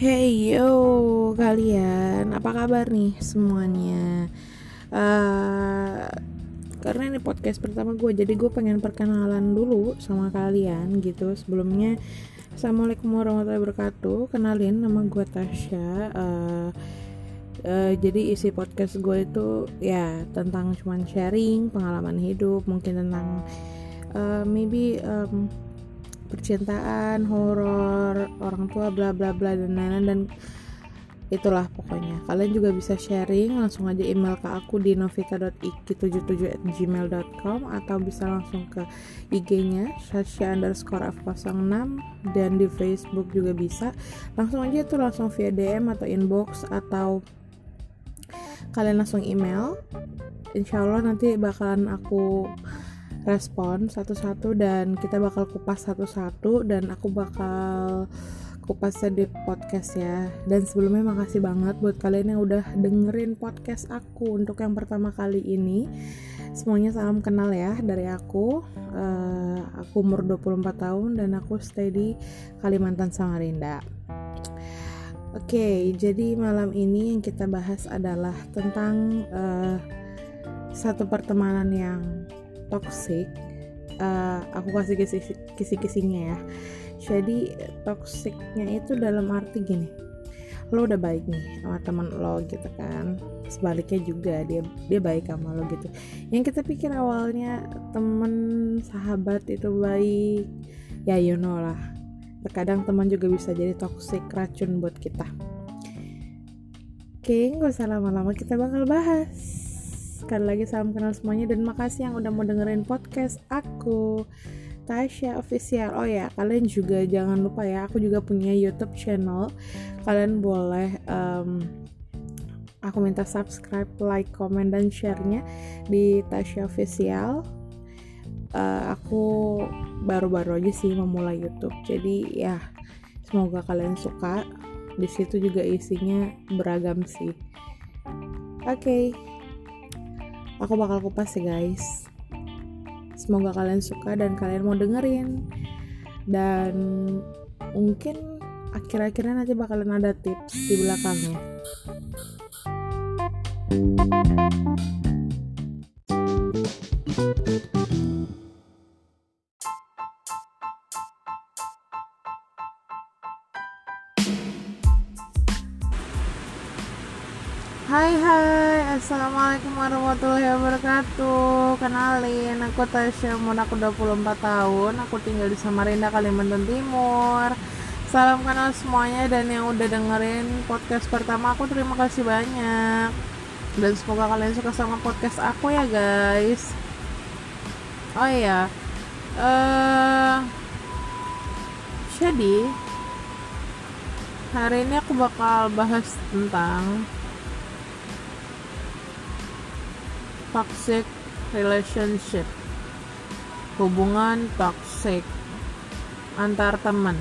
Hey yo kalian, apa kabar nih semuanya? Karena ini podcast pertama gue, jadi gue pengen perkenalan dulu sama kalian gitu. Sebelumnya, assalamualaikum warahmatullahi wabarakatuh. Kenalin, nama gue Tasya. Jadi isi podcast gue itu ya tentang cuman sharing pengalaman hidup, mungkin tentang maybe percintaan, horor, orang tua, bla bla bla dan lain-lain, dan itulah pokoknya. Kalian juga bisa sharing, langsung aja email ke aku di novita.iki77@gmail.com atau bisa langsung ke IG-nya Sasha_F06, dan di Facebook juga bisa. Langsung aja tuh, langsung via DM atau inbox, atau kalian langsung email. Insya Allah nanti bakalan aku respon satu-satu dan kita bakal kupas satu-satu, dan aku bakal kupasnya di podcast ya. Dan sebelumnya makasih banget buat kalian yang udah dengerin podcast aku untuk yang pertama kali ini. Semuanya salam kenal ya dari aku. Aku umur 24 tahun dan aku stay di Kalimantan Samarinda. Oke, jadi malam ini yang kita bahas adalah tentang satu pertemanan yang toxic. Aku kasih kisi-kisinya ya. Jadi toksiknya itu dalam arti gini, lo udah baik nih sama teman lo gitu kan, sebaliknya juga dia baik sama lo gitu. Yang kita pikir awalnya teman sahabat itu baik, ya you know lah, terkadang teman juga bisa jadi toxic, racun buat kita. Oke, gak usah lama-lama, kita bakal bahas. Sekali lagi salam kenal semuanya, dan makasih yang udah mau dengerin podcast aku, Tasya Official. Oh ya, kalian juga jangan lupa ya, aku juga punya YouTube channel. Kalian boleh aku minta subscribe, like, comment, dan share-nya di Tasya Official. Aku baru-baru aja sih memulai YouTube, jadi ya semoga kalian suka. Di situ juga isinya beragam sih. Oke. Aku bakal kupas ya guys. Semoga kalian suka dan kalian mau dengerin. Dan mungkin akhir-akhirnya nanti bakalan ada tips di belakangnya. Hai, assalamualaikum warahmatullahi wabarakatuh. Kenalin, aku Tasya, umur aku 24 tahun. Aku tinggal di Samarinda, Kalimantan Timur. Salam kenal semuanya, dan yang udah dengerin podcast pertama aku, terima kasih banyak. Dan semoga kalian suka sama podcast aku ya guys. Oh iya, jadi hari ini aku bakal bahas tentang toxic relationship, hubungan toxic antar teman.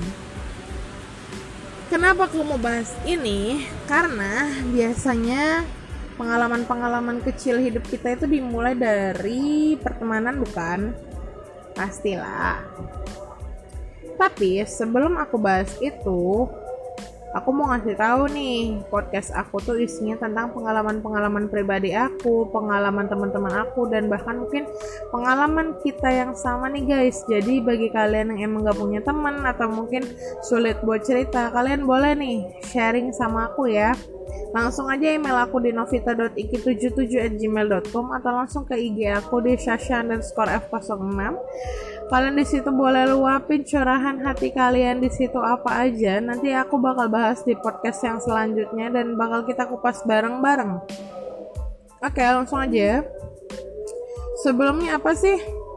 Kenapa aku mau bahas ini? Karena biasanya pengalaman-pengalaman kecil hidup kita itu dimulai dari pertemanan, bukan? Pastilah. Tapi sebelum aku bahas itu, aku mau ngasih tahu nih, podcast aku tuh isinya tentang pengalaman-pengalaman pribadi aku, pengalaman teman-teman aku, dan bahkan mungkin pengalaman kita yang sama nih guys. Jadi bagi kalian yang emang gak punya teman atau mungkin sulit buat cerita, kalian boleh nih sharing sama aku ya. Langsung aja email aku di novita.iki77@gmail.com atau langsung ke IG aku di Sasha_F06. Kalian di situ boleh luapin curahan hati kalian di situ apa aja. Nanti aku bakal bahas di podcast yang selanjutnya dan bakal kita kupas bareng-bareng. Oke, langsung aja. Sebelumnya apa sih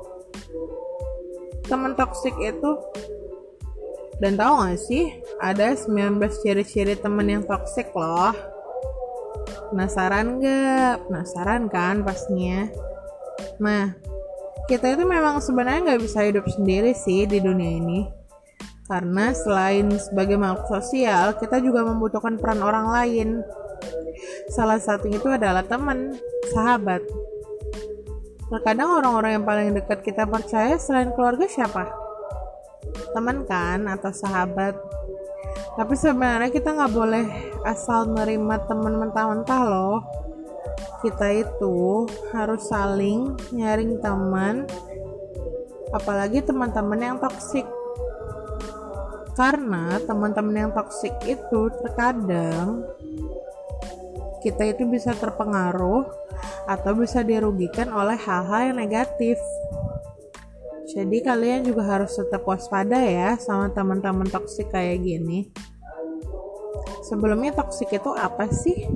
teman toksik itu? Dan tahu gak sih, ada 19 ciri-ciri teman yang toksik loh. Penasaran gak? Penasaran kan pastinya. Nah, kita itu memang sebenarnya gak bisa hidup sendiri sih di dunia ini. Karena selain sebagai makhluk sosial, kita juga membutuhkan peran orang lain. Salah satunya itu adalah teman, sahabat. Terkadang orang-orang yang paling dekat kita percaya selain keluarga siapa? Teman kan, atau sahabat. Tapi sebenarnya kita nggak boleh asal nerima teman mentah-mentah loh. Kita itu harus saling nyaring teman, apalagi teman-teman yang toksik. Karena teman-teman yang toksik itu terkadang kita itu bisa terpengaruh atau bisa dirugikan oleh hal-hal yang negatif. Jadi kalian juga harus tetap waspada ya sama teman-teman toksik kayak gini. Sebelumnya toksik itu apa sih?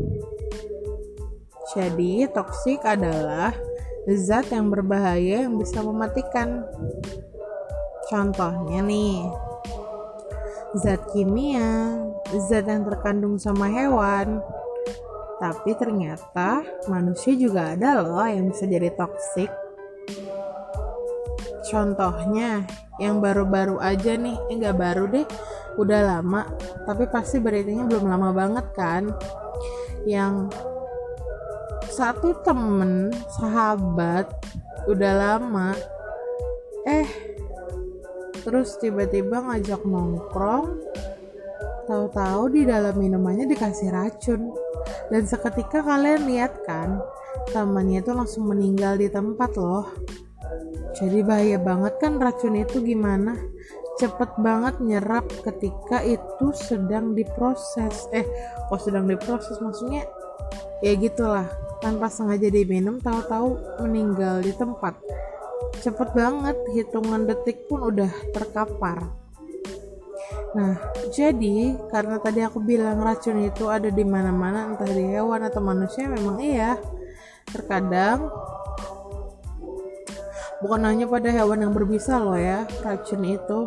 Jadi toksik adalah zat yang berbahaya yang bisa mematikan. Contohnya nih, zat kimia, zat yang terkandung sama hewan. Tapi ternyata manusia juga ada loh yang bisa jadi toksik. Contohnya yang baru-baru aja nih, nggak baru deh, udah lama, tapi pasti beritanya belum lama banget kan. Yang satu temen, sahabat, udah lama, terus tiba-tiba ngajak nongkrong, tahu-tahu di dalam minumannya dikasih racun. Dan seketika kalian lihat kan, temannya itu langsung meninggal di tempat loh. Jadi bahaya banget kan racun itu gimana? Cepet banget nyerap ketika itu sedang diproses. Kok sedang diproses? Maksudnya ya gitulah, tanpa sengaja diminum tahu-tahu meninggal di tempat. Cepet banget, hitungan detik pun udah terkapar. Nah, jadi karena tadi aku bilang racun itu ada di mana-mana, entah di hewan atau manusia, memang iya. Terkadang bukan hanya pada hewan yang berbisa loh ya, racun itu.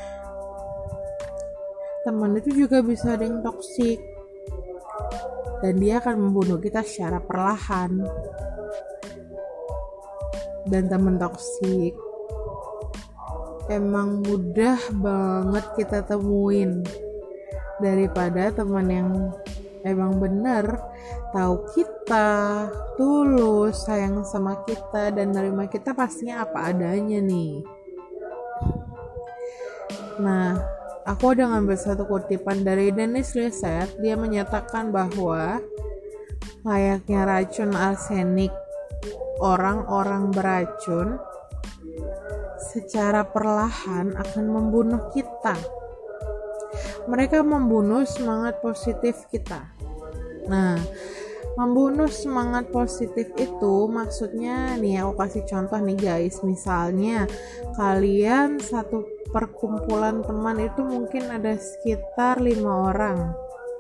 Teman itu juga bisa ada yang toksik. Dan dia akan membunuh kita secara perlahan. Dan teman toksik emang mudah banget kita temuin daripada teman yang emang bener tahu kita, tulus, sayang sama kita, dan nerima kita pastinya apa adanya nih. Nah, aku udah ngambil satu kutipan dari Dennis Lizard. Dia menyatakan bahwa layaknya racun arsenik, orang-orang beracun secara perlahan akan membunuh kita. Mereka membunuh semangat positif kita. Nah, membunuh semangat positif itu maksudnya nih, aku kasih contoh nih guys. Misalnya kalian satu perkumpulan teman itu mungkin ada sekitar 5 orang.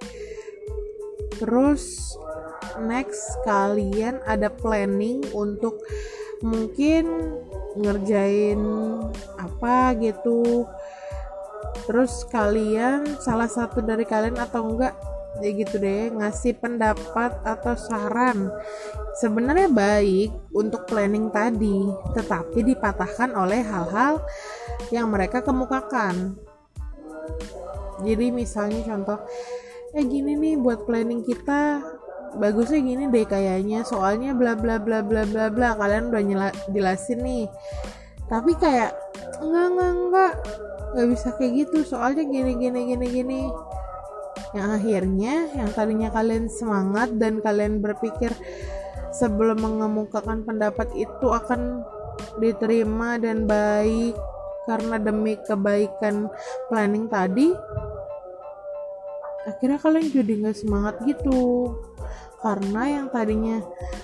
Terus next kalian ada planning untuk mungkin ngerjain apa gitu. Terus kalian, salah satu dari kalian atau enggak ya gitu deh, ngasih pendapat atau saran sebenarnya baik untuk planning tadi, tetapi dipatahkan oleh hal-hal yang mereka kemukakan. Jadi misalnya contoh, gini nih buat planning kita bagusnya gini deh kayaknya, soalnya bla bla bla bla bla bla. Kalian udah jelasin nih, tapi kayak enggak bisa kayak gitu, soalnya gini. Yang akhirnya yang tadinya kalian semangat dan kalian berpikir sebelum mengemukakan pendapat itu akan diterima dan baik karena demi kebaikan planning tadi, akhirnya kalian jadi gak semangat gitu. Karena yang tadinya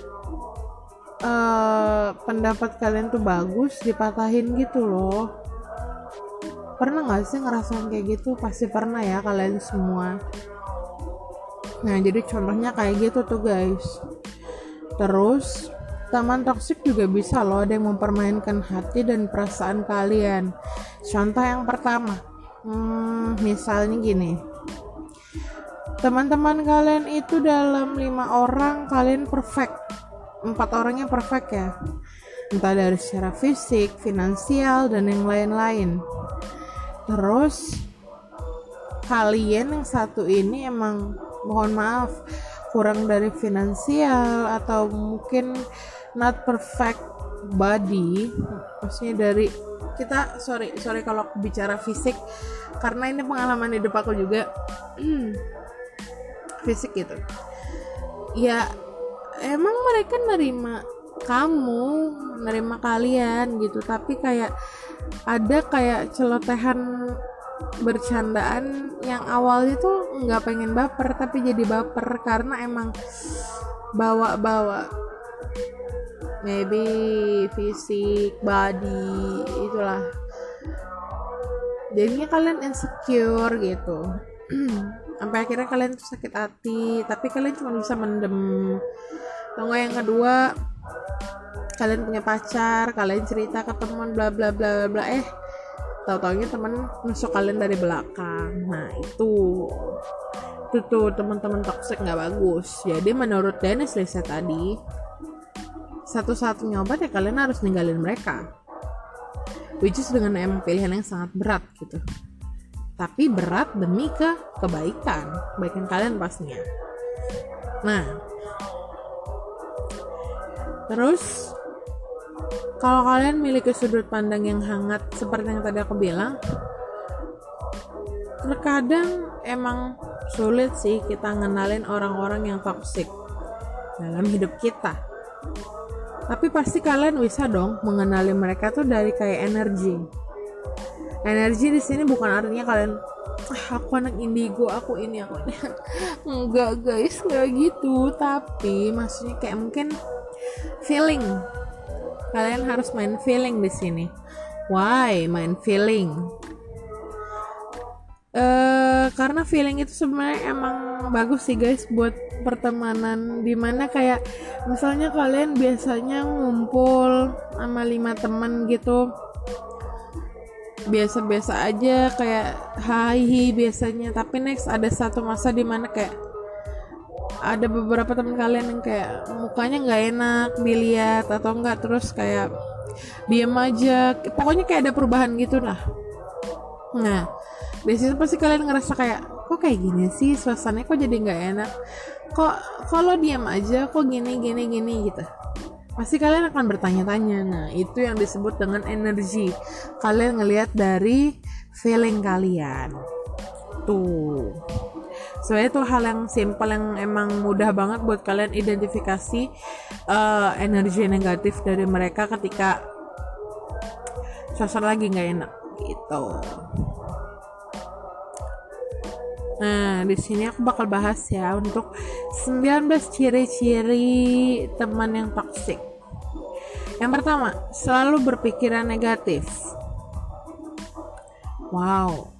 pendapat kalian tuh bagus dipatahin gitu loh. Pernah gak sih ngerasain kayak gitu? Pasti pernah ya kalian semua. Nah, jadi contohnya kayak gitu tuh guys. Terus teman toksik juga bisa loh ada yang mempermainkan hati dan perasaan kalian. Contoh yang pertama, misalnya gini, teman-teman kalian itu dalam 5 orang kalian perfect, 4 orangnya perfect ya, entah dari secara fisik, finansial, dan yang lain-lain. Terus kalian yang satu ini emang mohon maaf kurang dari finansial atau mungkin not perfect body, maksudnya dari kita, sorry kalau aku bicara fisik karena ini pengalaman hidup aku juga. Fisik gitu ya, emang mereka nerima kamu, nerima kalian gitu, tapi kayak ada kayak celotehan bercandaan yang awalnya tuh nggak pengen baper tapi jadi baper karena emang bawa maybe fisik, body, itulah jadinya kalian insecure gitu. Sampai akhirnya kalian tuh sakit hati, tapi kalian cuma bisa mendem. Atau yang kedua, kalian punya pacar, kalian cerita ke teman bla bla bla bla, tahu-taunya teman nusuk kalian dari belakang. Nah itu tuh teman-teman toxic nggak bagus. Jadi menurut Dennis Lisa tadi, satu-satunya obat ya kalian harus ninggalin mereka, which is dengan emang pilihan yang sangat berat gitu, tapi berat demi kebaikan kalian pastinya. Nah terus kalau kalian memiliki sudut pandang yang hangat seperti yang tadi aku bilang, terkadang emang sulit sih kita ngenalin orang-orang yang toksik dalam hidup kita. Tapi pasti kalian bisa dong mengenali mereka tuh dari kayak energi. Energi di sini bukan artinya kalian aku anak indigo, aku ini. Enggak guys, enggak gitu. Tapi maksudnya kayak mungkin feeling. Kalian harus main feeling di sini. Why main feeling? Karena feeling itu sebenarnya emang bagus sih guys buat pertemanan, dimana kayak misalnya kalian biasanya ngumpul sama 5 teman gitu, biasa-biasa aja kayak hai biasanya, tapi next ada satu masa dimana kayak ada beberapa teman kalian yang kayak mukanya nggak enak dilihat atau enggak, terus kayak diam aja, pokoknya kayak ada perubahan gitu lah. Nah di situ pasti kalian ngerasa kayak kok kayak gini sih, suasananya kok jadi nggak enak, kok kalau diam aja kok gini gitu. Pasti kalian akan bertanya-tanya. Nah itu yang disebut dengan energi. Kalian ngelihat dari feeling kalian tuh. Sebenarnya itu hal yang simple yang emang mudah banget buat kalian identifikasi energi negatif dari mereka ketika suasana lagi nggak enak gitu. Nah, di sini aku bakal bahas ya untuk 19 ciri-ciri teman yang toksik. Yang pertama, selalu berpikiran negatif. Wow.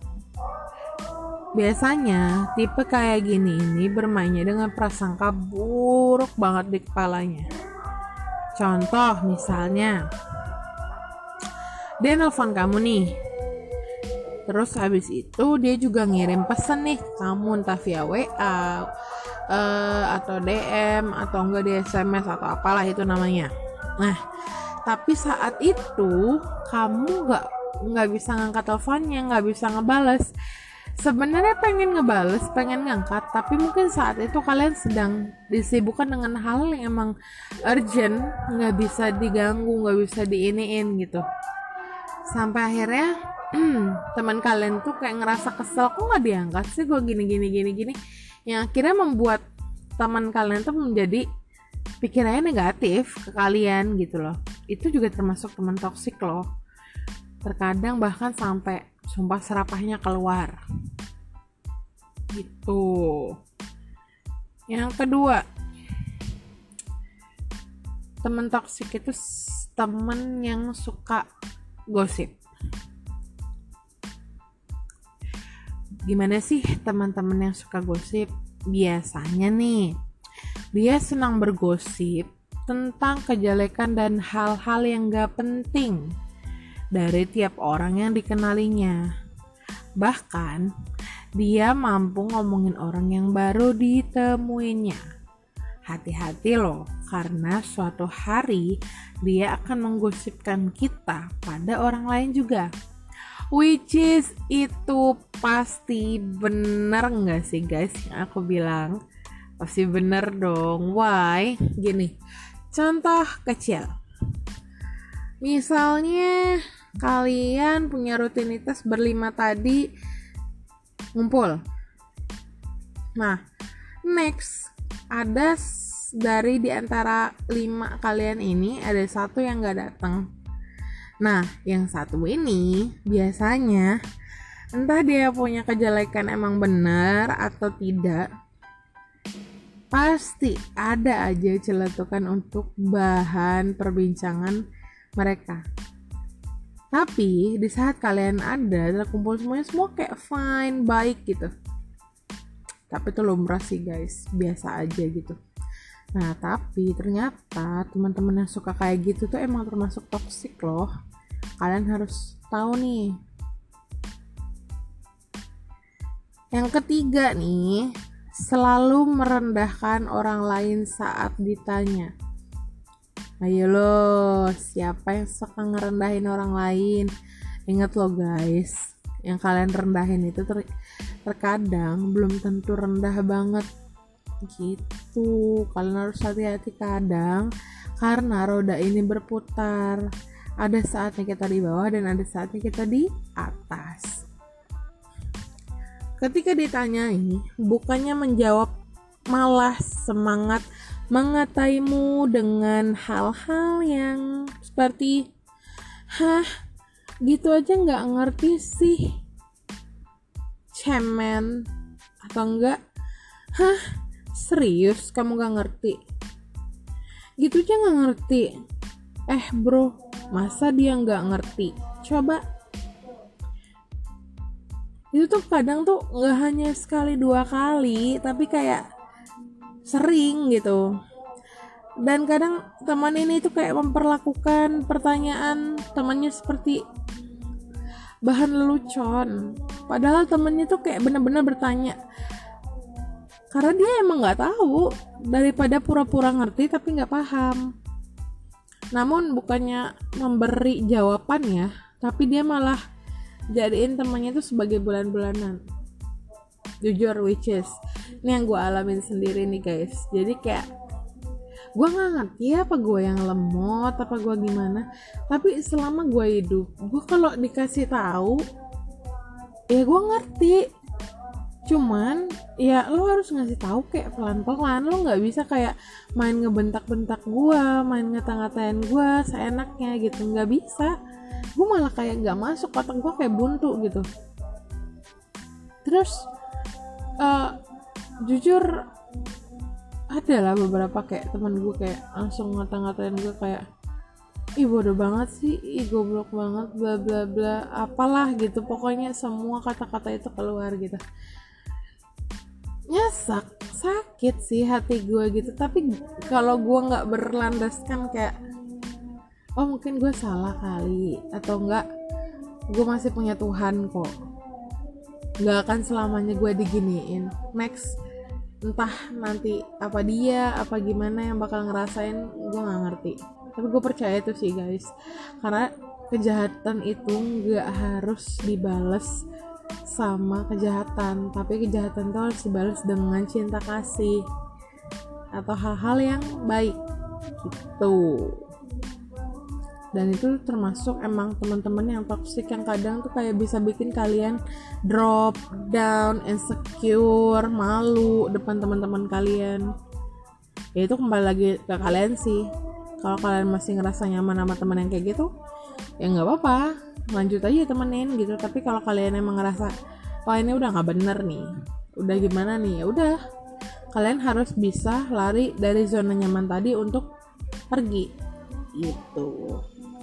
Biasanya tipe kayak gini ini bermainnya dengan prasangka buruk banget di kepalanya. Contoh misalnya, dia nelfon kamu nih. Terus habis itu dia juga ngirim pesan nih kamu, entah via WA atau DM atau enggak di SMS atau apalah itu namanya. Nah, tapi saat itu kamu nggak bisa ngangkat teleponnya, nggak bisa ngebales. Sebenarnya pengen ngebales, pengen ngangkat, tapi mungkin saat itu kalian sedang disibukkan dengan hal yang emang urgent, nggak bisa diganggu, nggak bisa diiniin gitu. Sampai akhirnya teman kalian tuh kayak ngerasa kesel, kok nggak diangkat sih, gue gini, yang akhirnya membuat teman kalian tuh menjadi pikirannya negatif ke kalian gitu loh. Itu juga termasuk teman toksik loh. Terkadang bahkan sampai sumpah serapahnya keluar gitu. Yang kedua, teman toksik itu teman yang suka gosip. Gimana sih teman-teman yang suka gosip? Biasanya nih, dia senang bergosip tentang kejelekan dan hal-hal yang gak penting dari tiap orang yang dikenalinya. Bahkan, dia mampu ngomongin orang yang baru ditemuinya. Hati-hati loh, karena suatu hari dia akan menggosipkan kita pada orang lain juga. Which is itu pasti bener gak sih guys yang aku bilang? Pasti bener dong. Why? Gini, contoh kecil. Misalnya kalian punya rutinitas berlima tadi ngumpul. Nah, next ada dari di antara 5 kalian ini ada satu yang gak datang. Nah, yang satu ini biasanya entah dia punya kejelekan emang benar atau tidak, pasti ada aja celetukan untuk bahan perbincangan mereka. Tapi di saat kalian ada terkumpul semuanya, semua kayak fine, baik gitu. Tapi itu lumrah sih guys, biasa aja gitu. Nah tapi ternyata teman-teman yang suka kayak gitu tuh emang termasuk toksik loh. Kalian harus tahu nih. Yang ketiga nih, selalu merendahkan orang lain saat ditanya. Ayo lo, siapa yang suka ngerendahin orang lain? Ingat lo guys, yang kalian rendahin itu terkadang belum tentu rendah banget gitu. Kalian harus hati-hati kadang, karena roda ini berputar. Ada saatnya kita di bawah dan ada saatnya kita di atas. Ketika ditanyai, bukannya menjawab, malah semangat mengataimu dengan hal-hal yang seperti, hah, gitu aja gak ngerti sih, cemen, atau enggak, hah, serius kamu gak ngerti, gitu aja gak ngerti, bro, masa dia gak ngerti, coba. Itu tuh kadang tuh gak hanya sekali 2 kali, tapi kayak sering gitu. Dan kadang teman ini tuh kayak memperlakukan pertanyaan temannya seperti bahan lelucon, padahal temannya tuh kayak benar-benar bertanya karena dia emang nggak tahu, daripada pura-pura ngerti tapi nggak paham. Namun bukannya memberi jawabannya, tapi dia malah jadiin temannya tuh sebagai bulan-bulanan. Jujur, which is ini yang gue alamin sendiri nih guys. Jadi kayak gue nggak ngerti apa gue yang lemot apa gue gimana, tapi selama gue hidup, gue kalau dikasih tahu ya gue ngerti. Cuman ya lo harus ngasih tahu kayak pelan-pelan. Lo nggak bisa kayak main ngebentak-bentak gue, main ngata-ngatain gue seenaknya gitu, nggak bisa. Gue malah kayak nggak masuk, otak gue kayak buntu gitu. Terus jujur ada lah beberapa kayak teman gue kayak langsung ngata-ngatain gue kayak, ih bodoh banget sih, ih goblok banget, bla bla bla, apalah gitu. Pokoknya semua kata-kata itu keluar gitu. Nyesak, sakit sih hati gue gitu. Tapi kalau gue nggak berlandaskan kayak, oh mungkin gue salah kali, atau enggak, gue masih punya Tuhan kok, gak akan selamanya gue diginiin. Next, entah nanti apa dia, apa gimana yang bakal ngerasain, gue gak ngerti. Tapi gue percaya itu sih guys, karena kejahatan itu gak harus dibales sama kejahatan, tapi kejahatan itu harus dibales dengan cinta kasih atau hal-hal yang baik gitu. Dan itu termasuk emang teman-teman yang toxic yang kadang tuh kayak bisa bikin kalian drop down, insecure, malu depan teman-teman kalian. Ya itu kembali lagi ke kalian sih. Kalau kalian masih ngerasa nyaman sama teman yang kayak gitu, ya nggak apa-apa, lanjut aja temenin gitu. Tapi kalau kalian emang ngerasa, wah ini udah nggak bener nih, udah gimana nih, ya udah, kalian harus bisa lari dari zona nyaman tadi untuk pergi gitu.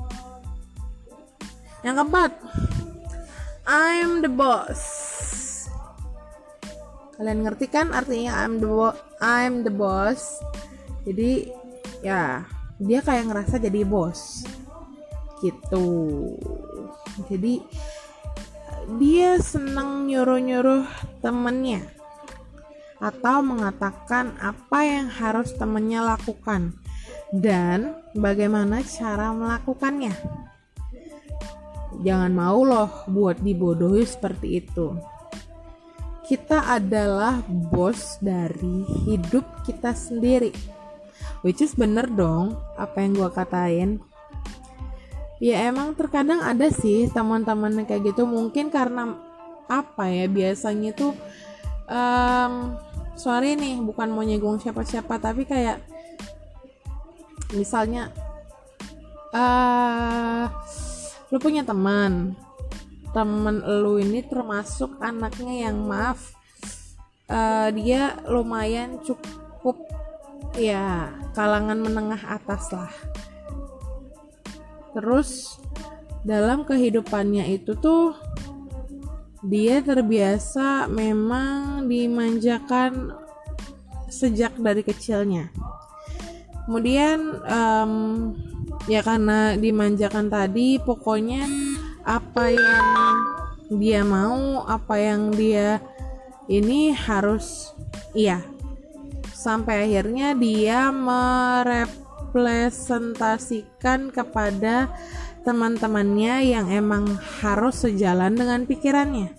Yang keempat, I'm the boss. Kalian ngerti kan artinya I'm the boss? Jadi ya dia kayak ngerasa jadi bos gitu. Jadi dia senang nyuruh-nyuruh temennya atau mengatakan apa yang harus temennya lakukan dan bagaimana cara melakukannya. Jangan mau loh buat dibodohi seperti itu. Kita adalah bos dari hidup kita sendiri. Which is bener dong apa yang gue katain. Ya emang terkadang ada sih teman-teman yang kayak gitu, mungkin karena apa ya, biasanya tuh sorry nih bukan mau nyinggung siapa-siapa, tapi kayak misalnya lu punya teman lu ini termasuk anaknya yang maaf, dia lumayan cukup ya kalangan menengah atas lah. Terus dalam kehidupannya itu tuh dia terbiasa memang dimanjakan sejak dari kecilnya. Kemudian ya karena dimanjakan tadi, pokoknya apa yang dia mau, apa yang dia ini harus iya, sampai akhirnya dia merepresentasikan kepada teman-temannya yang emang harus sejalan dengan pikirannya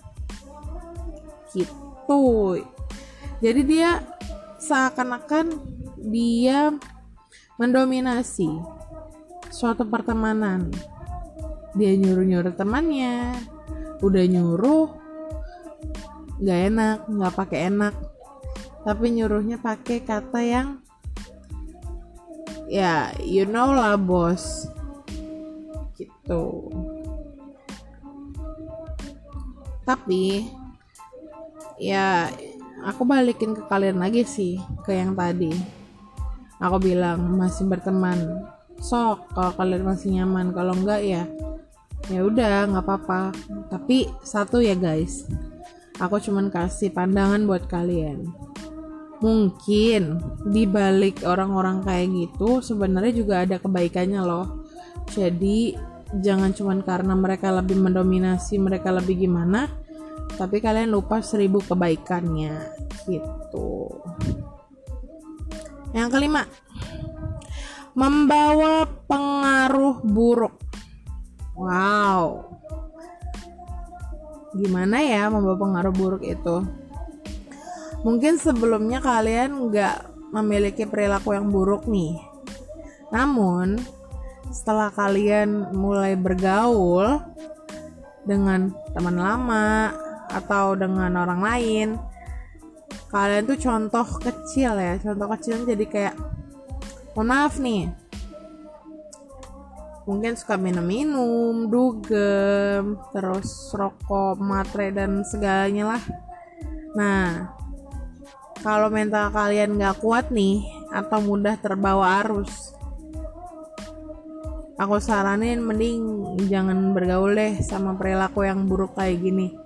gitu. Jadi dia seakan-akan dia mendominasi suatu pertemanan. Dia nyuruh-nyuruh temannya, udah nyuruh gak enak, gak pakai enak, tapi nyuruhnya pakai kata yang ya you know lah bos gitu. Tapi ya aku balikin ke kalian lagi sih, ke yang tadi aku bilang masih berteman, sok kalau kalian masih nyaman, kalau enggak ya udah nggak apa-apa. Tapi satu ya guys, aku cuman kasih pandangan buat kalian, mungkin di balik orang-orang kayak gitu sebenarnya juga ada kebaikannya loh. Jadi jangan cuman karena mereka lebih mendominasi, mereka lebih gimana, tapi kalian lupa 1000 kebaikannya gitu. Yang kelima, membawa pengaruh buruk. Wow, gimana ya membawa pengaruh buruk itu? Mungkin sebelumnya kalian gak memiliki perilaku yang buruk nih, namun setelah kalian mulai bergaul dengan teman lama atau dengan orang lain, kalian tuh contoh kecilnya jadi kayak, mohon maaf nih, mungkin suka minum, dugem, terus rokok, matre dan segalanya lah. Nah, kalau mental kalian gak kuat nih atau mudah terbawa arus, aku saranin mending jangan bergaul deh sama perilaku yang buruk kayak gini.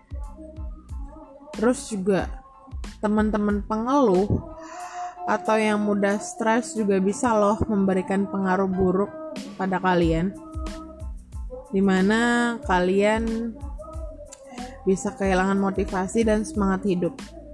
Terus juga teman-teman pengeluh atau yang mudah stres juga bisa loh memberikan pengaruh buruk pada kalian, dimana kalian bisa kehilangan motivasi dan semangat hidup.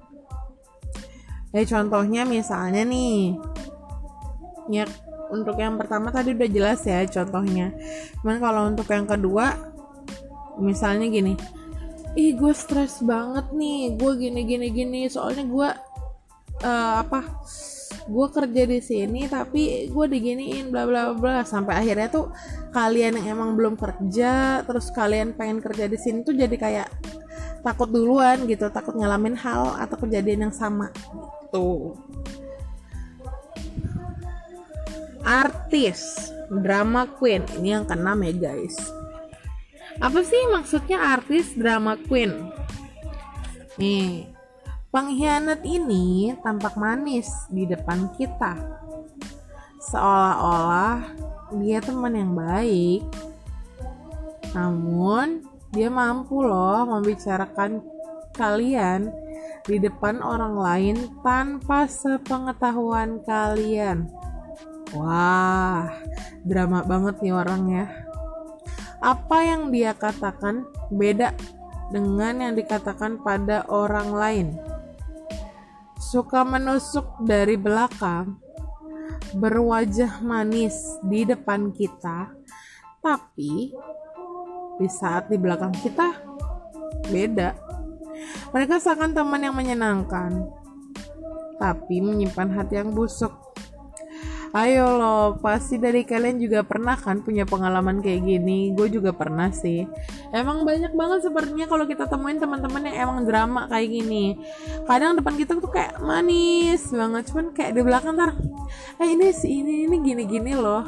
Contohnya misalnya nih, ya untuk yang pertama tadi udah jelas ya contohnya. Cuman kalau untuk yang kedua, misalnya gini, gue stres banget nih, gue gini, soalnya gue gue kerja di sini tapi gue diginiin bla bla bla, sampai akhirnya tuh kalian yang emang belum kerja terus kalian pengen kerja di sini tuh jadi kayak takut duluan gitu, takut ngalamin hal atau kejadian yang sama gitu. Artis, drama queen, ini yang keenam ya guys. Apa sih maksudnya artis drama queen? Nih, pengkhianat ini tampak manis di depan kita, seolah-olah dia teman yang baik, namun dia mampu loh membicarakan kalian di depan orang lain tanpa sepengetahuan kalian. Wah, drama banget nih orangnya. Apa yang dia katakan beda dengan yang dikatakan pada orang lain. Suka menusuk dari belakang, berwajah manis di depan kita, tapi di saat di belakang kita beda. Mereka seakan teman yang menyenangkan, tapi menyimpan hati yang busuk. Ayo loh, pasti dari kalian juga pernah kan punya pengalaman kayak gini. Gue juga pernah sih. Emang banyak banget sepertinya kalau kita temuin teman-teman yang emang drama kayak gini. Kadang depan kita tuh kayak manis banget, cuman kayak di belakang ntar, ini gini-gini loh.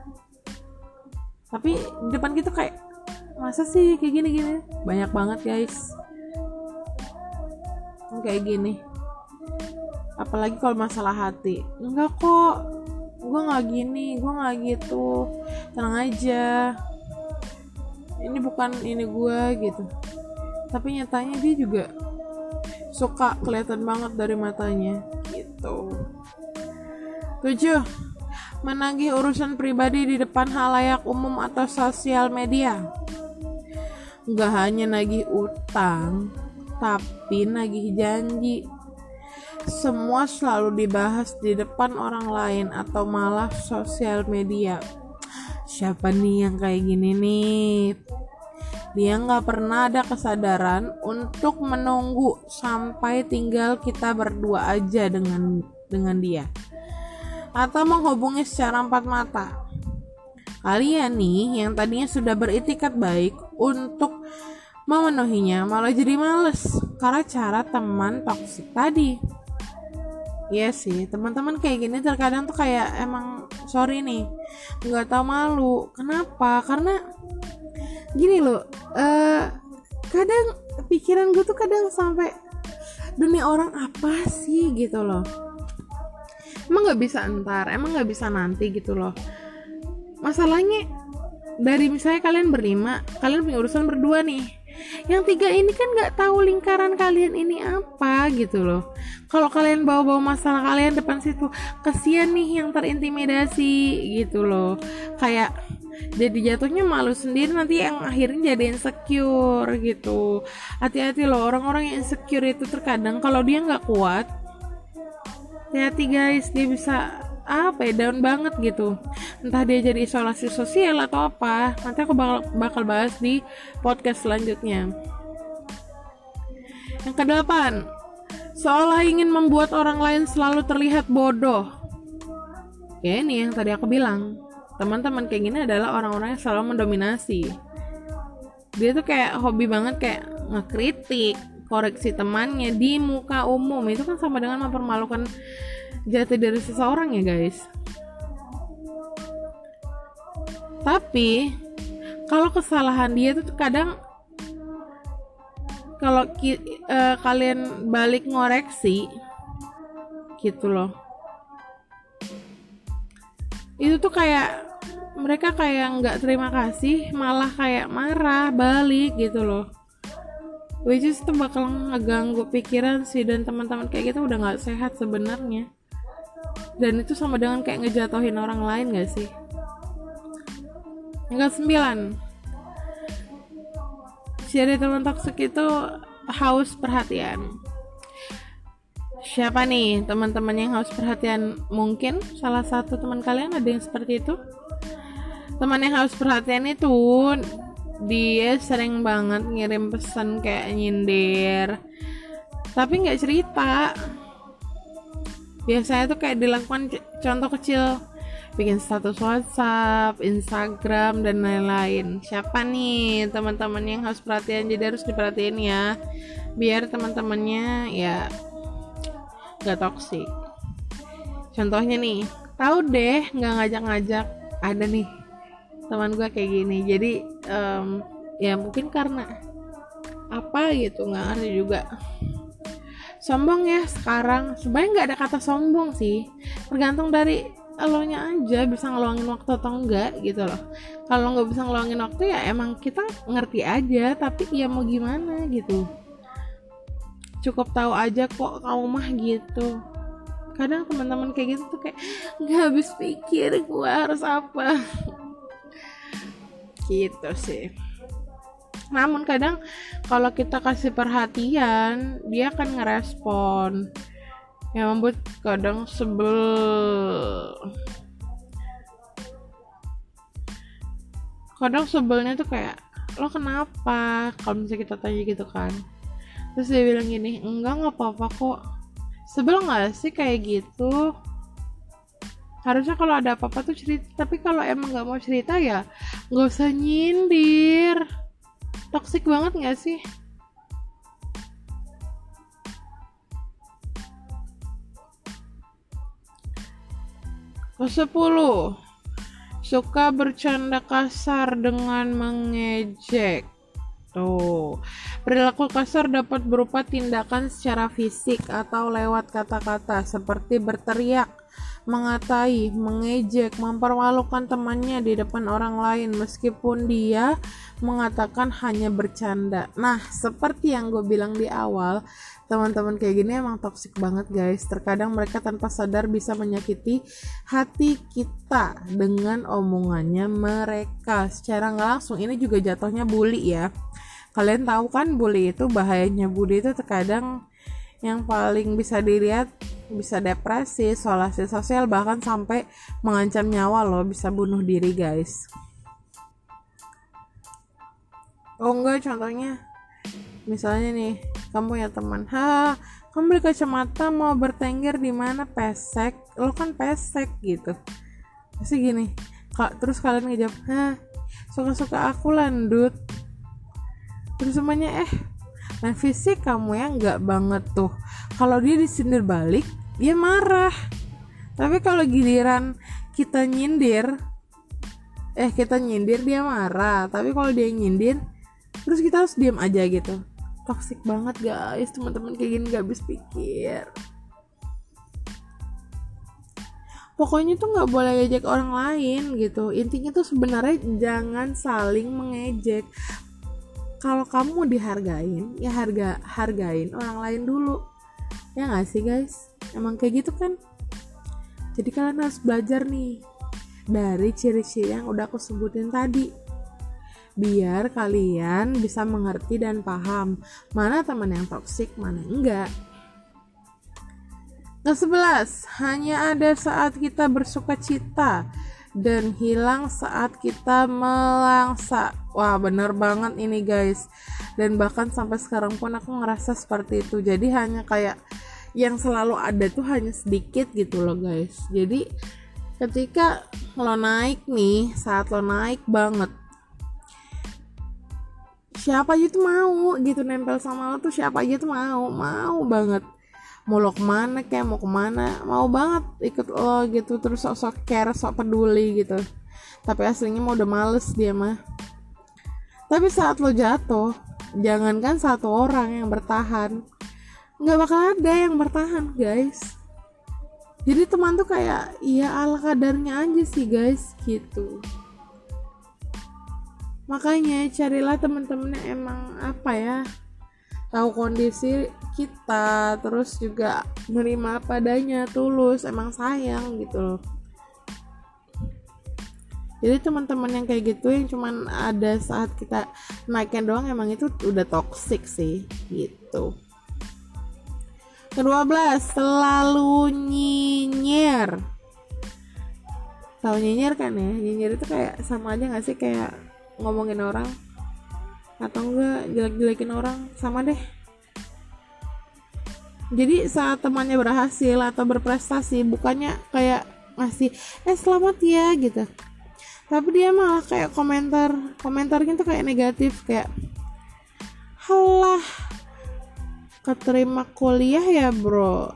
Tapi di depan kita kayak, masa sih kayak gini-gini? Banyak banget guys. Kayak gini. Apalagi kalau masalah hati. Enggak kok, gue nggak gini, gue nggak gitu, tenang aja, ini bukan ini gue gitu. Tapi nyatanya dia juga suka, kelihatan banget dari matanya gitu. 7. Menagih urusan pribadi di depan halayak umum atau sosial media. Gak hanya nagih utang, tapi nagih janji. Semua selalu dibahas di depan orang lain atau malah sosial media. Siapa nih yang kayak gini nih? Dia gak pernah ada kesadaran untuk menunggu sampai tinggal kita berdua aja dengan dia, atau menghubungi secara empat mata. Kalian nih yang tadinya sudah beritikat baik untuk memenuhinya malah jadi males karena cara teman toksik tadi. Iya sih, teman-teman kayak gini terkadang tuh kayak emang sorry nih, nggak tahu malu. Kenapa? Karena gini loh, kadang pikiran gue tuh kadang sampai dunia orang apa sih gitu loh. Emang nggak bisa ntar, emang nggak bisa nanti gitu loh. Masalahnya dari misalnya kalian berlima, kalian punya urusan berdua nih. Yang 3 ini kan nggak tahu lingkaran kalian ini apa gitu loh. Kalau kalian bawa-bawa masalah kalian depan situ, kasihan nih yang terintimidasi gitu loh. Kayak jadi jatuhnya malu sendiri, nanti yang akhirnya jadi insecure gitu. Hati-hati loh, orang-orang yang insecure itu terkadang kalau dia nggak kuat, hati-hati guys, dia bisa down banget gitu. Entah dia jadi isolasi sosial atau apa. Nanti aku bakal bahas di podcast selanjutnya. Yang ke-8, seolah ingin membuat orang lain selalu terlihat bodoh. Ya ini yang tadi aku bilang, teman-teman kayak gini adalah orang-orang yang selalu mendominasi. Dia tuh kayak hobi banget kayak ngekritik, koreksi temannya di muka umum. Itu kan sama dengan mempermalukan jati diri seseorang ya guys. Tapi kalau kesalahan dia tuh kadang kalau kalian balik ngoreksi gitu loh, itu tuh kayak mereka kayak nggak terima kasih, malah kayak marah balik gitu loh. Which is itu bakal ngeganggu pikiran sih, dan teman-teman kayak gitu udah nggak sehat sebenarnya. Dan itu sama dengan kayak ngejatuhin orang lain gak sih? Yang ke-9, ciri teman toksik itu haus perhatian. Siapa nih teman-teman yang haus perhatian? Mungkin salah satu teman kalian ada yang seperti itu. Teman yang haus perhatian itu dia sering banget ngirim pesan kayak nyindir, tapi nggak cerita. Biasanya tuh kayak dilakukan contoh kecil, bikin status WhatsApp, Instagram, dan lain-lain. Siapa nih teman-teman yang harus perhatian? Jadi harus diperhatiin ya, biar teman-temannya ya gak toksik. Contohnya nih, tahu deh nggak ngajak-ngajak. Ada nih teman gue kayak gini. Jadi ya mungkin karena apa gitu, nggak ngerti juga. Sombong ya sekarang. Sebenarnya nggak ada kata sombong sih, tergantung dari elonya aja bisa ngeluangin waktu atau enggak gitu loh. Kalau nggak bisa ngeluangin waktu ya emang kita ngerti aja, tapi ya mau gimana gitu, cukup tahu aja kok kamu mah gitu. Kadang teman-teman kayak gitu tuh kayak nggak habis pikir gue harus apa gitu sih. Namun kadang kalau kita kasih perhatian, dia akan ngerespon, yang membuat kadang sebel. Kadang sebelnya tuh kayak, lo kenapa? Kalau misalnya kita tanya gitu kan, terus dia bilang gini, enggak apa-apa kok. Sebel nggak sih kayak gitu? Harusnya kalau ada apa-apa tuh cerita, tapi kalau emang nggak mau cerita ya nggak usah nyindir. Toksik banget nggak sih? Ke-10, suka bercanda kasar dengan mengejek. Tuh, perilaku kasar dapat berupa tindakan secara fisik atau lewat kata-kata seperti berteriak, mengatai, mengejek, mempermalukan temannya di depan orang lain meskipun dia mengatakan hanya bercanda. Nah, seperti yang gue bilang di awal, teman-teman kayak gini emang toksik banget guys. Terkadang mereka tanpa sadar bisa menyakiti hati kita dengan omongannya mereka secara nggak langsung. Ini juga jatuhnya bully ya. Kalian tahu kan bully itu bahayanya. Bully itu terkadang yang paling bisa dilihat bisa depresi, isolasi sosial, bahkan sampai mengancam nyawa loh, bisa bunuh diri guys. Oh enggak, contohnya misalnya nih, kamu punya teman, kamu beli kacamata mau bertengger di mana, pesek, lo kan pesek gitu. Pasti gini, terus kalian ngejawab, suka-suka aku landut. Terus semuanya main fisik kamu ya, nggak banget tuh. Kalau dia disindir balik, dia marah. Tapi kalau giliran kita nyindir dia marah. Tapi kalau dia nyindir, terus kita harus diam aja gitu. Toksik banget guys, teman-teman kayak gini nggak habis pikir. Pokoknya tuh nggak boleh ngejek orang lain gitu. Intinya tuh sebenarnya jangan saling mengejek. Kalau kamu dihargain, ya hargain orang lain dulu. Ya gak sih guys? Emang kayak gitu kan? Jadi kalian harus belajar nih dari ciri-ciri yang udah aku sebutin tadi, biar kalian bisa mengerti dan paham mana teman yang toksik, mana enggak. Ke-11, hanya ada saat kita bersuka cita dan hilang saat kita melangsa. Wah, bener banget ini guys. Dan bahkan sampai sekarang pun aku ngerasa seperti itu. Jadi hanya kayak yang selalu ada tuh hanya sedikit gitu loh guys. Jadi ketika lo naik nih, saat lo naik banget, siapa aja tuh mau gitu nempel sama lo tuh, siapa aja tuh mau banget. Mau lo kemana kayak mau kemana, mau banget ikut lo gitu, terus sok care, sok peduli gitu. Tapi aslinya mau udah males dia mah. Tapi saat lo jatuh, jangankan satu orang yang bertahan, nggak bakal ada yang bertahan guys. Jadi teman tuh kayak ya ala kadarnya aja sih guys gitu. Makanya carilah teman-teman yang emang tahu kondisi kita, terus juga menerima apa adanya, tulus, emang sayang gitu loh. Jadi teman-teman yang kayak gitu yang cuman ada saat kita naikin doang, emang itu udah toxic sih gitu. Ke-12, selalu nyinyir. Tahu nyinyir kan ya? Nyinyir itu kayak sama aja gak sih kayak ngomongin orang atau enggak jelek-jelekin orang, sama deh. Jadi saat temannya berhasil atau berprestasi, bukannya kayak ngasih selamat ya gitu, tapi dia malah kayak komentarnya tuh kayak negatif, kayak halah keterima kuliah ya bro,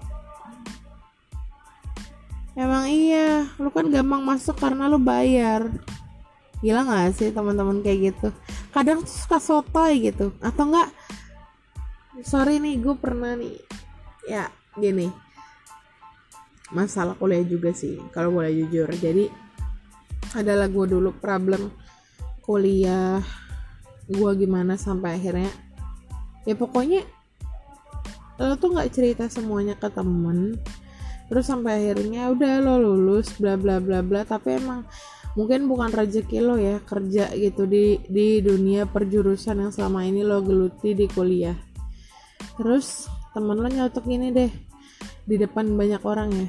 emang iya lu kan gampang masuk karena lu bayar. Gila gak sih teman-teman kayak gitu? Kadang tuh suka sotoy gitu. Atau enggak, sorry nih, gue pernah nih ya gini, masalah kuliah juga sih kalau boleh jujur. Jadi adalah gue dulu problem kuliah gue gimana sampai akhirnya ya pokoknya lo tuh nggak cerita semuanya ke temen, terus sampai akhirnya udah lo lulus bla bla bla bla, tapi emang mungkin bukan rezeki lo ya kerja gitu di dunia perjurusan yang selama ini lo geluti di kuliah. Terus temen lo nyotok gini deh di depan banyak orang ya,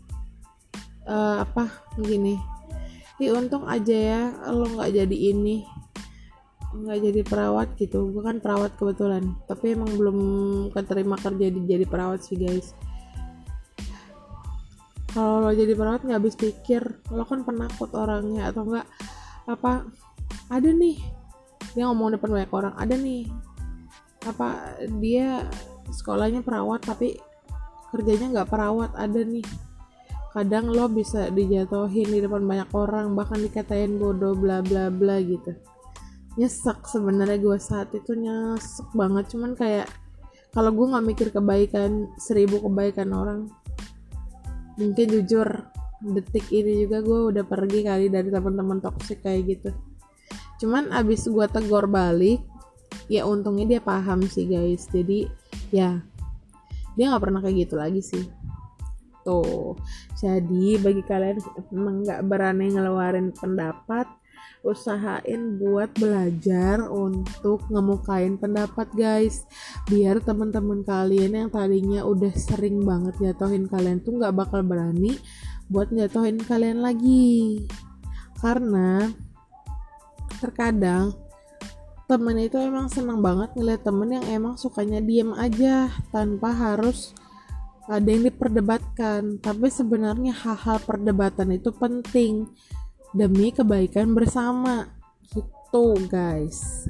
gini, untung aja ya lo nggak jadi ini, nggak jadi perawat gitu. Gue kan perawat kebetulan, tapi emang belum keterima kerja jadi perawat sih guys. Kalau lo jadi perawat nggak habis pikir, lo kan penakut orangnya, atau enggak apa, ada nih dia ngomong depan banyak orang, ada nih apa, dia sekolahnya perawat tapi kerjanya nggak perawat, ada nih. Kadang lo bisa dijatuhin di depan banyak orang, bahkan dikatain bodoh bla bla bla gitu. Nyesek sebenarnya, gue saat itu nyesek banget. Cuman kayak kalau gue nggak mikir kebaikan 1000 kebaikan orang, mungkin jujur detik ini juga gue udah pergi kali dari teman-teman toksik kayak gitu. Cuman abis gue tegur balik, ya untungnya dia paham sih guys. Jadi ya dia nggak pernah kayak gitu lagi sih. Tuh, jadi bagi kalian emang nggak berani ngeluarin pendapat, usahain buat belajar untuk ngemukain pendapat guys, biar teman-teman kalian yang tadinya udah sering banget jatuhin kalian tuh nggak bakal berani buat jatuhin kalian lagi. Karena terkadang temen itu emang seneng banget ngeliat temen yang emang sukanya diem aja tanpa harus ada yang diperdebatkan. Tapi sebenarnya hal-hal perdebatan itu penting demi kebaikan bersama gitu guys.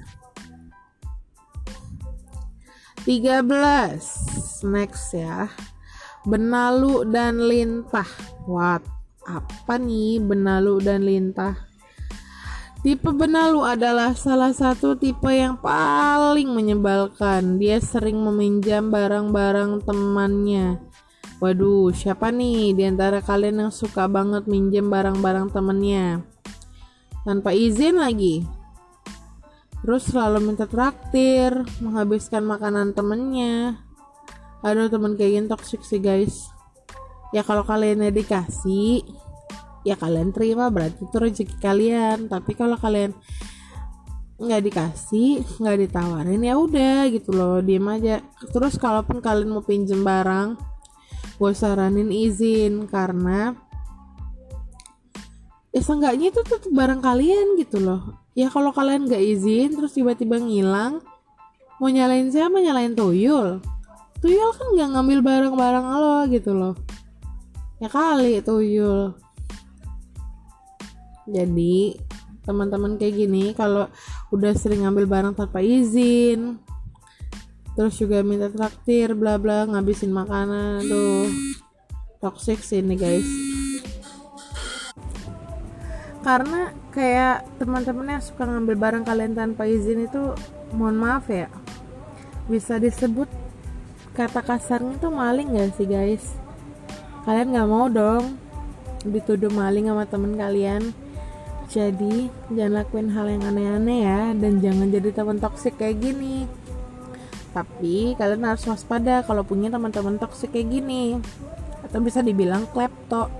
13 next ya, benalu dan lintah. What? Apa nih benalu dan lintah? Tipe benalu adalah salah satu tipe yang paling menyebalkan. Dia sering meminjam barang-barang temannya. Waduh, siapa nih di antara kalian yang suka banget minjem barang-barang temennya? Tanpa izin lagi. Terus selalu minta traktir, menghabiskan makanan temennya. Aduh, temen kayak gini toksik sih guys. Ya kalau kalian dikasih, ya kalian terima, berarti itu rezeki kalian. Tapi kalau kalian nggak dikasih, nggak ditawarin, ya udah gitu loh, diem aja. Terus kalaupun kalian mau pinjem barang, gue saranin izin, karena ya seenggaknya itu tuh barang kalian gitu loh. Ya kalau kalian nggak izin terus tiba-tiba ngilang, mau nyalain siapa? Nyalain tuyul kan nggak ngambil barang-barang lo gitu loh, ya kali tuyul. Jadi teman-teman kayak gini kalau udah sering ngambil barang tanpa izin, terus juga minta traktir bla bla, ngabisin makanan, tuh toxic sih ini guys. Karena kayak teman-teman yang suka ngambil barang kalian tanpa izin itu, mohon maaf ya, bisa disebut kata kasarnya tuh maling gak sih guys? Kalian gak mau dong dituduh maling sama temen kalian. Jadi jangan lakuin hal yang aneh-aneh ya, dan jangan jadi teman toksik kayak gini. Tapi kalian harus waspada kalau punya teman-teman toksik kayak gini, atau bisa dibilang klepto.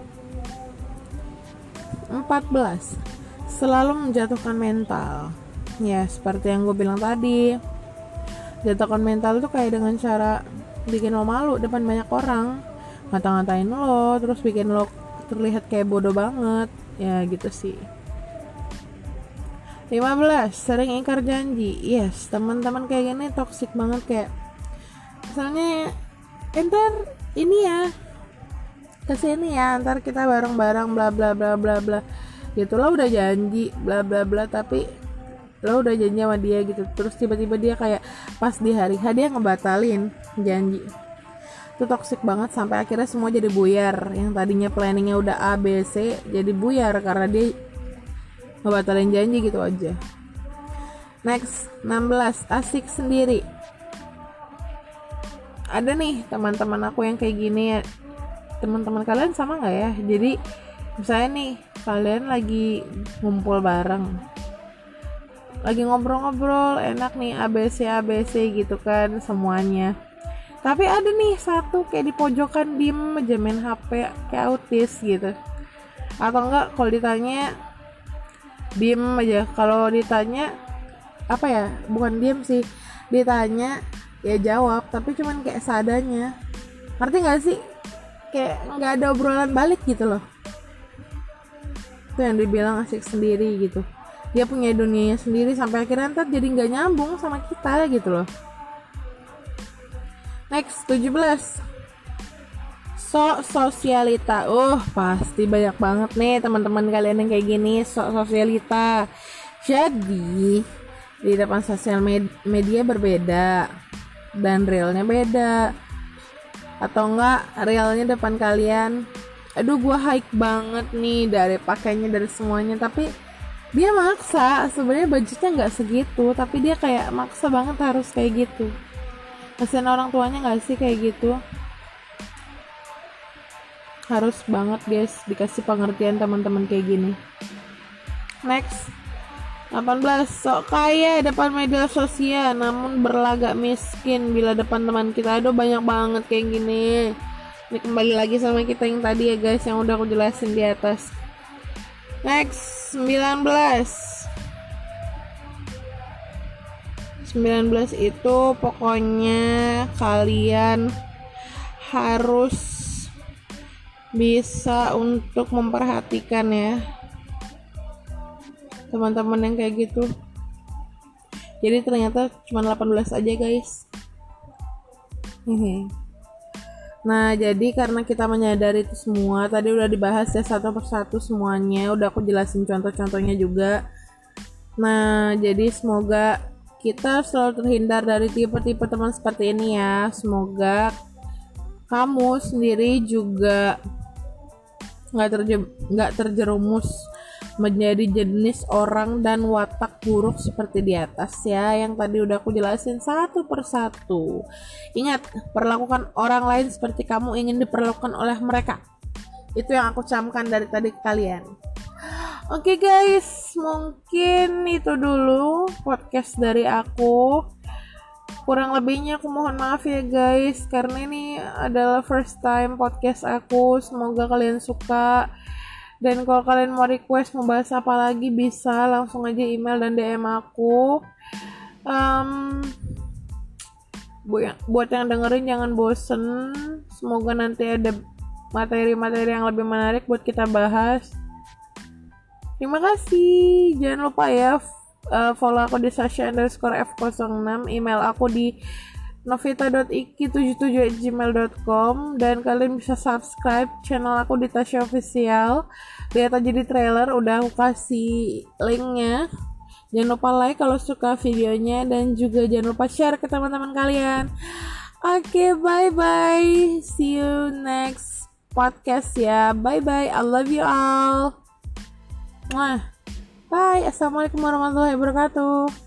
14. Selalu menjatuhkan mental. Ya seperti yang gue bilang tadi, jatuhkan mental itu kayak dengan cara bikin lo malu depan banyak orang, ngata-ngatain lo, terus bikin lo terlihat kayak bodoh banget. Ya gitu sih. 15. Sering ingkar janji. Yes, teman-teman kayak gini toksik banget. Kayak misalnya ntar ini ya, kesini ya, ntar kita bareng-bareng bla bla bla bla bla gitu. Lo udah janji bla bla bla, tapi lo udah janji sama dia gitu, terus tiba-tiba dia kayak pas di hari H dia ngebatalin janji. Itu toksik banget, sampai akhirnya semua jadi buyar. Yang tadinya planningnya udah A B C jadi buyar karena dia ngebatalin janji gitu aja. Next, 16. Asik sendiri. Ada nih teman-teman aku yang kayak gini ya. Teman-teman kalian sama nggak ya? Jadi misalnya nih kalian lagi ngumpul bareng, lagi ngobrol-ngobrol enak nih ABC gitu kan semuanya, tapi ada nih satu kayak di pojokan diem aja main HP kayak autis gitu. Atau enggak kalau ditanya diem aja, kalau ditanya apa ya, bukan diem sih, ditanya ya jawab tapi cuman kayak seadanya. Ngerti gak sih? Kayak nggak ada obrolan balik gitu loh. Itu yang dibilang asik sendiri gitu. Dia punya dunianya sendiri sampai akhirnya ntar jadi nggak nyambung sama kita gitu loh. Next, 17. Sosialita. Pasti banyak banget nih teman-teman kalian yang kayak gini, sosialita. Jadi di depan sosial media berbeda dan realnya beda. Atau enggak realnya depan kalian, aduh gua high banget nih dari pakainya, dari semuanya, tapi dia maksa. Sebenarnya budgetnya nggak segitu, tapi dia kayak maksa banget harus kayak gitu. Kasian orang tuanya nggak sih kayak gitu? Harus banget guys dikasih pengertian teman-teman kayak gini. Next, 18. Sok kaya depan media sosial namun berlagak miskin bila depan teman kita. Aduh banyak banget kayak gini. Ini kembali lagi sama kita yang tadi ya guys, yang udah aku jelasin di atas. Next, 19. 19 itu pokoknya kalian harus bisa untuk memperhatikan ya teman-teman yang kayak gitu. Jadi ternyata cuma 18 aja guys. Nah jadi karena kita menyadari itu semua, tadi udah dibahas ya satu persatu semuanya, udah aku jelasin contoh-contohnya juga. Nah jadi semoga kita selalu terhindar dari tipe-tipe teman seperti ini ya. Semoga kamu sendiri juga nggak terjerumus menjadi jenis orang dan watak buruk seperti di atas ya, yang tadi udah aku jelasin satu persatu. Ingat, perlakukan orang lain seperti kamu ingin diperlakukan oleh mereka. Itu yang aku camkan dari tadi ke kalian. Oke guys, mungkin itu dulu podcast dari aku. Kurang lebihnya aku mohon maaf ya guys, karena ini adalah first time podcast aku. Semoga kalian suka. Dan kalau kalian mau request mau bahas apa lagi, bisa langsung aja email dan DM aku. Buat yang dengerin jangan bosen. Semoga nanti ada materi-materi yang lebih menarik buat kita bahas. Terima kasih. Jangan lupa ya follow aku di sasha_f06, email aku di novita.iki77@gmail.com, dan kalian bisa subscribe channel aku di Tasya Official. Lihat aja di trailer, udah aku kasih linknya. Jangan lupa like kalau suka videonya, dan juga jangan lupa share ke teman-teman kalian. Oke, bye bye, see you next podcast ya. Bye bye, I love you all. Bye. Assalamualaikum warahmatullahi wabarakatuh.